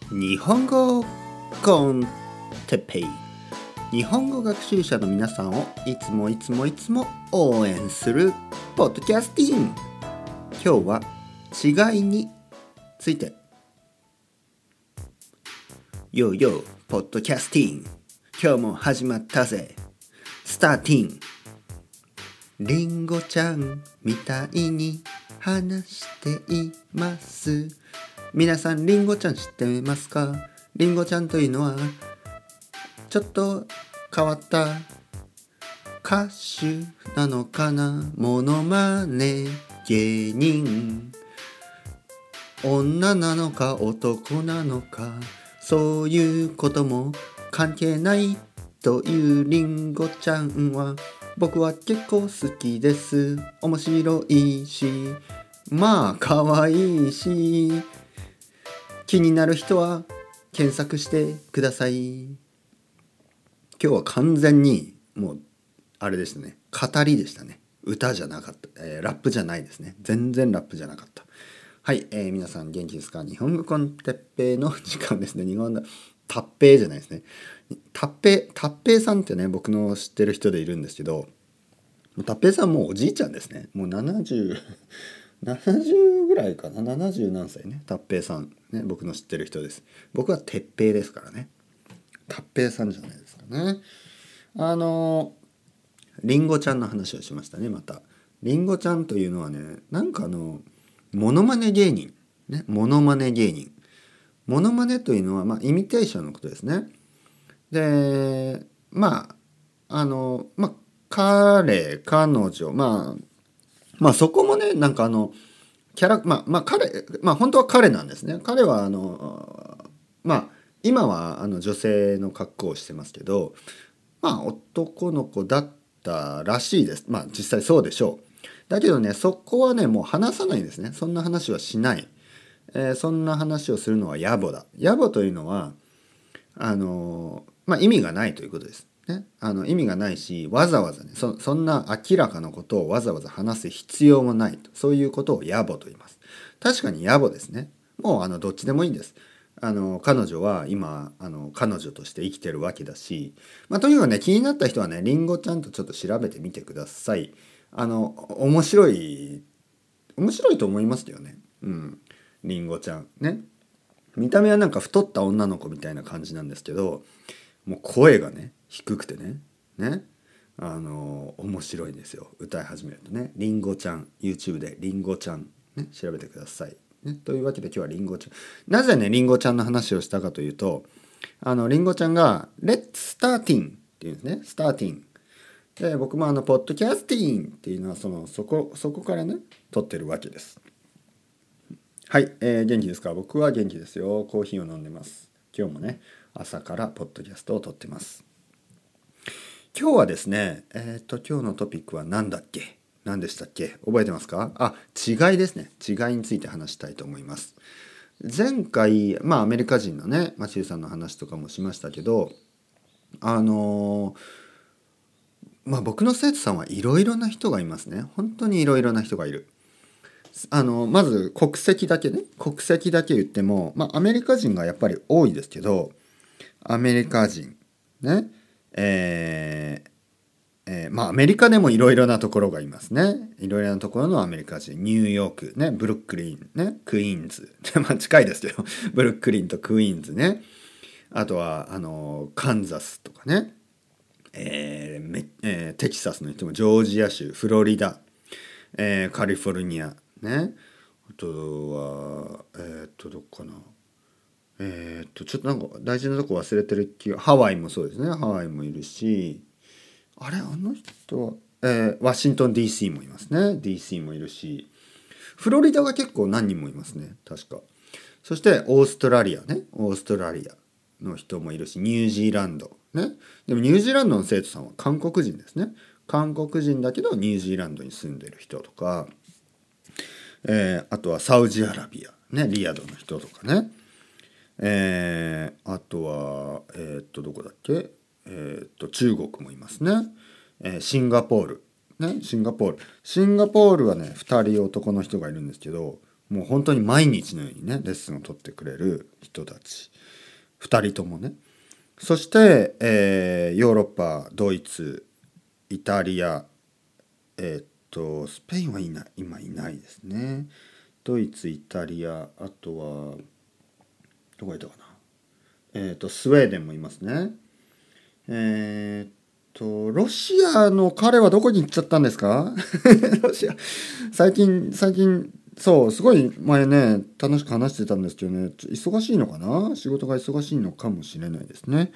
日本語コンテッペイ、日本語学習者の皆さんをいつも応援するポッドキャスティング。今日は違いについて。ヨーヨーポッドキャスティング、今日も始まったぜ。スターティン。リンゴちゃんみたいに話しています。皆さんリンゴちゃん知ってますか？リンゴちゃんというのはちょっと変わった歌手なのかな、モノマネ芸人、女なのか男なのか、そういうことも関係ないというリンゴちゃんは僕は結構好きです。面白いし、まあ可愛いし、気になる人は検索してください。今日は完全にもうあれでしたね、語りでしたね。歌じゃなかった、ラップじゃないですね。全然ラップじゃなかった。はい、皆さん元気ですか？日本語コンテッペイの時間ですね。日本のタッペイじゃないですね。タッペイさんってね、僕の知ってる人でいるんですけど、タッペイさんもうおじいちゃんですね。もう70ぐらいかな。70何歳ね。タッペイさんね、僕の知ってる人です。僕は鉄平ですからね。タッペイさんじゃないですかね。リンゴちゃんの話をしましたね。またリンゴちゃんというのはね、なんかモノマネ芸人ね。モノマネ芸人、モノマネというのはイミテーションのことですね。で彼女そこもね、なんかキャラ本当は彼なんですね。彼は今は女性の格好をしてますけど、男の子だったらしいです。実際そうでしょう。だけどね、そこはねもう話さないんですね。そんな話はしない。そんな話をするのは野暮だ。野暮というのは意味がないということです。ね、意味がないし、わざわざね、そんな明らかなことをわざわざ話す必要もないと、そういうことを野暮と言います。確かに野暮ですね。もうどっちでもいいんです。彼女は今彼女として生きてるわけだし、とにかくね、気になった人はね、リンゴちゃんとちょっと調べてみてください。面白いと思いますよね。リンゴちゃんね。見た目はなんか太った女の子みたいな感じなんですけど、もう声がね低くてね面白いんですよ。歌い始めるとね。リンゴちゃん、 YouTube でリンゴちゃんね調べてください、ね、というわけで今日はリンゴちゃん、なぜねリンゴちゃんの話をしたかというと、リンゴちゃんが Let's Starting っていうんですね。スターティンで、僕もポッドキャスティンっていうのはそこからね撮ってるわけです。はい、元気ですか？僕は元気ですよ。コーヒーを飲んでます。今日もね朝からポッドキャストを撮ってます。今日はですね、今日のトピックは何でしたっけ？覚えてますか？違いですね。違いについて話したいと思います。前回アメリカ人のねマシューさんの話とかもしましたけど、僕の生徒さんはいろいろな人がいますね。本当にいろいろな人がいる。まず国籍だけ言っても、アメリカ人がやっぱり多いですけど、アメリカ人ね、アメリカでもいろいろなところがいますね。いろいろなところのアメリカ人、ニューヨークね、ブルックリンね、クイーンズ近いですけどブルックリンとクイーンズね、あとはカンザスとかね、テキサスの人もジョージア州、フロリダ、カリフォルニアね、あとはどこかな、ちょっとなんか大事なとこ忘れてる気が、ハワイもそうですね。ハワイもいるし、あの人は、ワシントン DC もいますね。DC もいるし、フロリダが結構何人もいますね、確か。そしてオーストラリアの人もいるし、ニュージーランドね。でもニュージーランドの生徒さんは韓国人ですね。韓国人だけどニュージーランドに住んでる人とか、あとはサウジアラビアね、リヤドの人とかね、あとはどこだっけ、中国もいますね。シンガポールはね2人男の人がいるんですけど、 もう本当に毎日のようにねレッスンを取ってくれる人たち2人ともね。そして、ヨーロッパ、ドイツ、イタリア、スペインはいない、今いないですね。ドイツ、イタリア、あとはどこいたかな、スウェーデンもいますね。ロシアの彼はどこに行っちゃったんですか？ロシア最近そうすごい前ね楽しく話してたんですけどね、忙しいのかな、仕事が忙しいのかもしれないですね。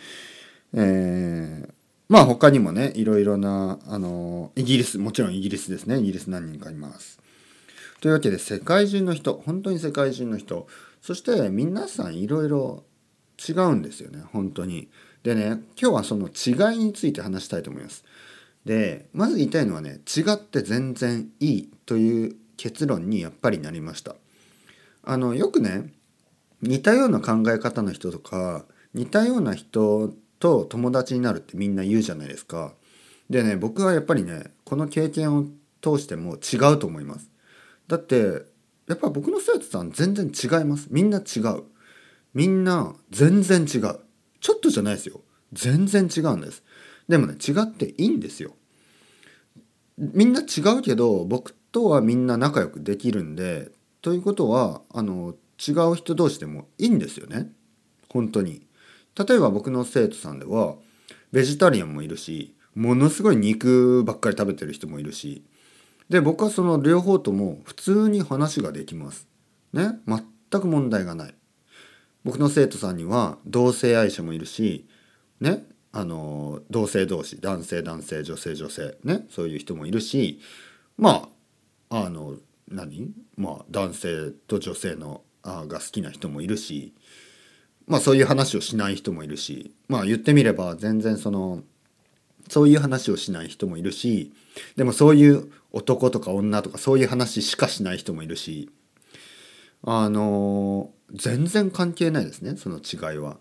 まあ他にもねいろいろなイギリス、もちろんイギリスですね、イギリス何人かいます。というわけで世界中の人、本当に世界中の人、そして皆さんいろいろ違うんですよね本当に。でね今日はその違いについて話したいと思います。でまず言いたいのはね、違って全然いいという結論にやっぱりなりました。よくね似たような考え方の人とか似たような人と友達になるってみんな言うじゃないですか。でね僕はやっぱりねこの経験を通しても違うと思います。だってやっぱ僕の生徒さん全然違います。みんな違う。みんな全然違う。ちょっとじゃないですよ。全然違うんです。でもね違っていいんですよ。みんな違うけど僕とはみんな仲良くできるんで、ということは違う人同士でもいいんですよね本当に。例えば僕の生徒さんではベジタリアンもいるし、ものすごい肉ばっかり食べてる人もいるし、で僕はその両方とも普通に話ができますね。全く問題がない。僕の生徒さんには同性愛者もいるしね、同性同士、男性男性、女性女性ね、そういう人もいるし、まあ男性と女性のが好きな人もいるし、まあそういう話をしない人もいるし、まあ言ってみれば全然そういう話をしない人もいるし、でもそういう男とか女とかそういう話しかしない人もいるし、全然関係ないですねその違いは。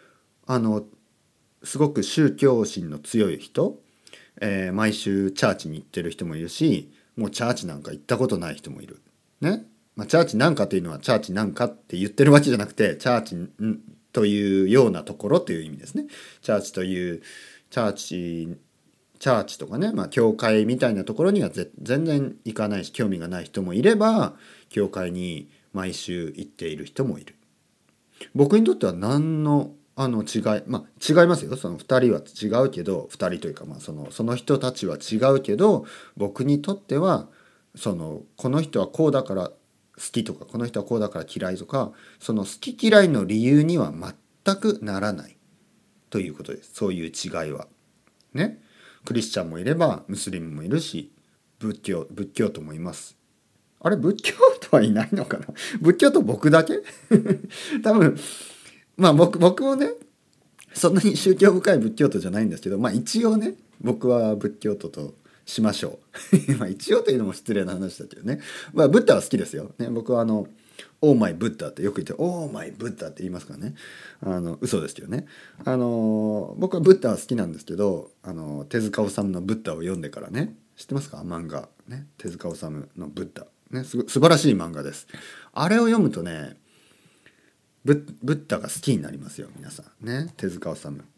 すごく宗教心の強い人、毎週チャーチに行ってる人もいるし、もうチャーチなんか行ったことない人もいるね。まあ、チャーチなんかというのはチャーチなんかって言ってるわけじゃなくて、チャーチというようなところという意味ですね。チャーチというチャーチとかね、まあ教会みたいなところには全然行かないし興味がない人もいれば、教会に毎週行っている人もいる。僕にとっては何の違い、まあ違いますよ。その2人は違うけど、2人というかまあその人たちは違うけど、僕にとってはこの人はこうだから好きとか、この人はこうだから嫌いとか、その好き嫌いの理由には全くならないということです。そういう違いはね。クリスチャンもいればムスリムもいるし、仏教徒もいます。あれ仏教徒はいないのかな？仏教徒僕だけ？多分まあ僕もねそんなに宗教深い仏教徒じゃないんですけど、まあ一応ね僕は仏教徒としましょう。まあ一応というのも失礼な話だけどね。まあブッダは好きですよ。ね、僕はオーマイブッダってよく言って、オーマイブッダって言いますからね。嘘ですけどね。僕はブッダは好きなんですけど、手塚治虫のブッダを読んでからね、知ってますか？漫画ね、手塚治虫のブッダね、素晴らしい漫画です。あれを読むとね、ブッダが好きになりますよ皆さんね。手塚治虫、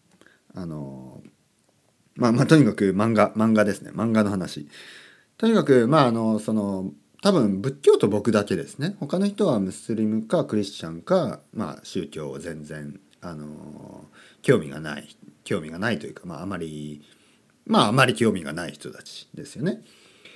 まあとにかく漫画ですね。漫画の話。とにかく多分仏教と僕だけですね。他の人はムスリムかクリスチャンか、まあ宗教を全然興味がないというか、あまり興味がない人たちですよね。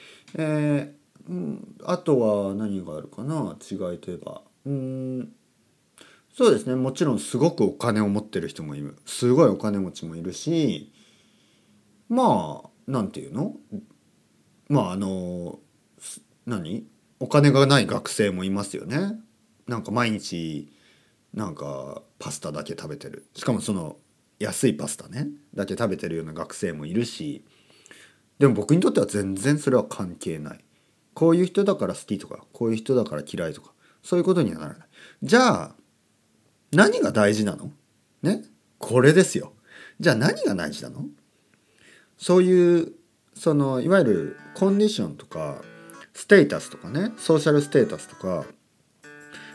あとは何があるかな、違いといえばそうですね、もちろんすごくお金を持ってる人もいる、すごいお金持ちもいるし、まあなんていうの、まあ何お金がない学生もいますよね。なんか毎日なんかパスタだけ食べてる、しかもその安いパスタねだけ食べてるような学生もいるし、でも僕にとっては全然それは関係ない。こういう人だから好きとか、こういう人だから嫌いとか、そういうことにはならない。じゃあ何が大事なのね、これですよ。じゃあ何が大事なの？そういういわゆるコンディションとかステータスとかね、ソーシャルステータスとか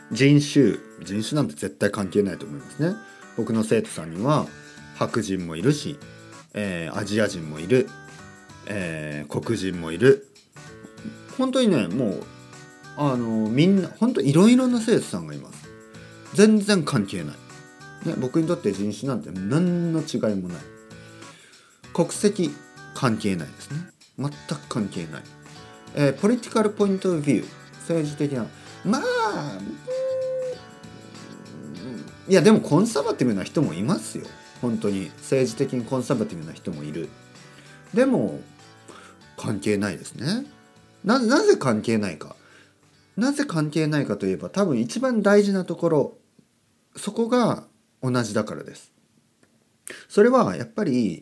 人種なんて絶対関係ないと思いますね。僕の生徒さんには白人もいるし、アジア人もいる、黒人もいる。本当にね、もうみんな本当いろいろな生徒さんがいます。全然関係ない、ね、僕にとって人種なんて何の違いもない。国籍関係ないですね。全く関係ない。ポリティカルポイントオブビュー、政治的な、まあいやでもコンサバティブな人もいますよ。本当に政治的にコンサバティブな人もいる。でも関係ないですね。なぜ関係ないか。なぜ関係ないかといえば、多分一番大事なところ、そこが同じだからです。それはやっぱり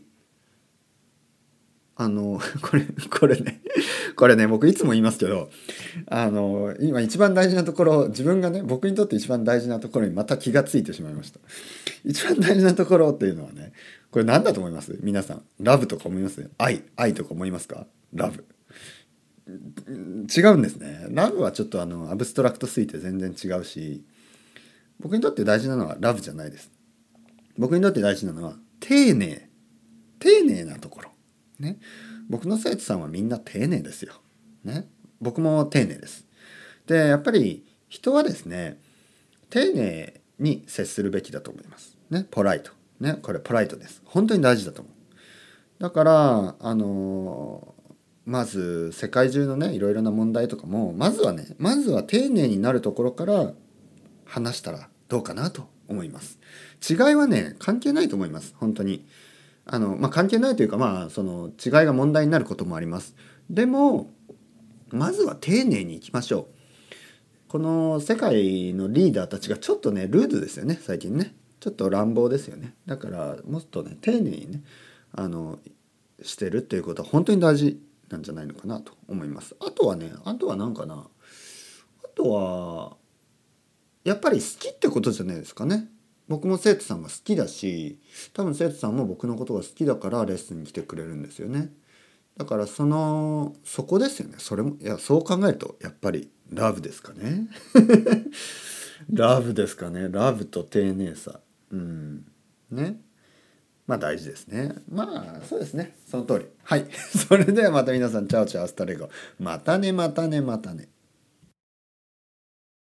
これね僕いつも言いますけど、今一番大事なところ、自分がね、僕にとって一番大事なところにまた気がついてしまいました。一番大事なところっていうのはね、これ何だと思います？皆さんラブとか思います？愛とか思いますか？ラブ違うんですね。ラブはちょっとアブストラクトすぎて全然違うし、僕にとって大事なのはラブじゃないです。僕にとって大事なのは丁寧なところね。僕の生徒さんはみんな丁寧ですよ、ね、僕も丁寧です。でやっぱり人はですね、丁寧に接するべきだと思いますね。ポライトね、これポライトです。本当に大事だと思う。だからまず世界中のね、いろいろな問題とかもまずは丁寧になるところから話したらどうかなと思います。違いはね関係ないと思います。本当に関係ないというか、その違いが問題になることもあります。でもまずは丁寧にいきましょう。この世界のリーダーたちがちょっとねルードですよね。最近ねちょっと乱暴ですよね。だからもっとね丁寧にねしてるっていうことは本当に大事なんじゃないのかなと思います。あとは何かな。あとはやっぱり好きってことじゃないですかね。僕も生徒さんが好きだし、多分生徒さんも僕のことが好きだからレッスンに来てくれるんですよね。だからそこですよね。それもそう考えるとやっぱりラブですかね。ラブですかね。ラブと丁寧さ。ね。大事ですね。そうですね。その通り。はい。それではまた皆さん、チャオチャオアスタレゴ。またね。